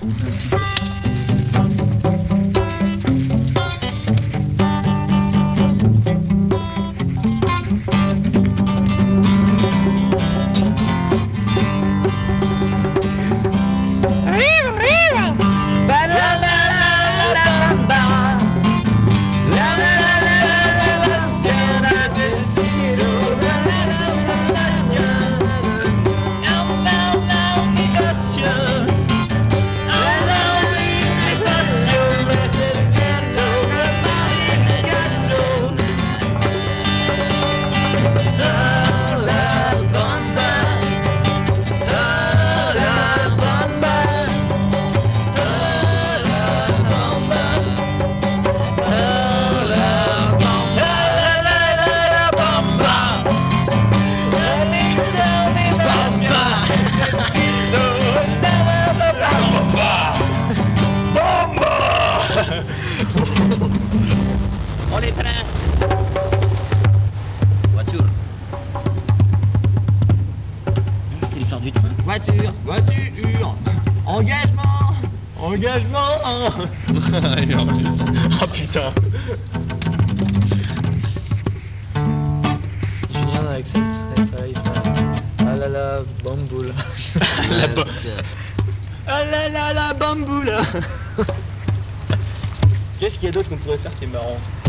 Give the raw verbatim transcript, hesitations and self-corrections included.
On les trains. Voiture. C'était les phares du train. Voiture, voiture. Engagement, engagement. Ah putain. Julien avec cette, ça va, il fait ah là là, bamboule. La bo- Ah là là la bamboule. Qu'est-ce qu'il y a d'autre qu'on pourrait faire qui est marrant?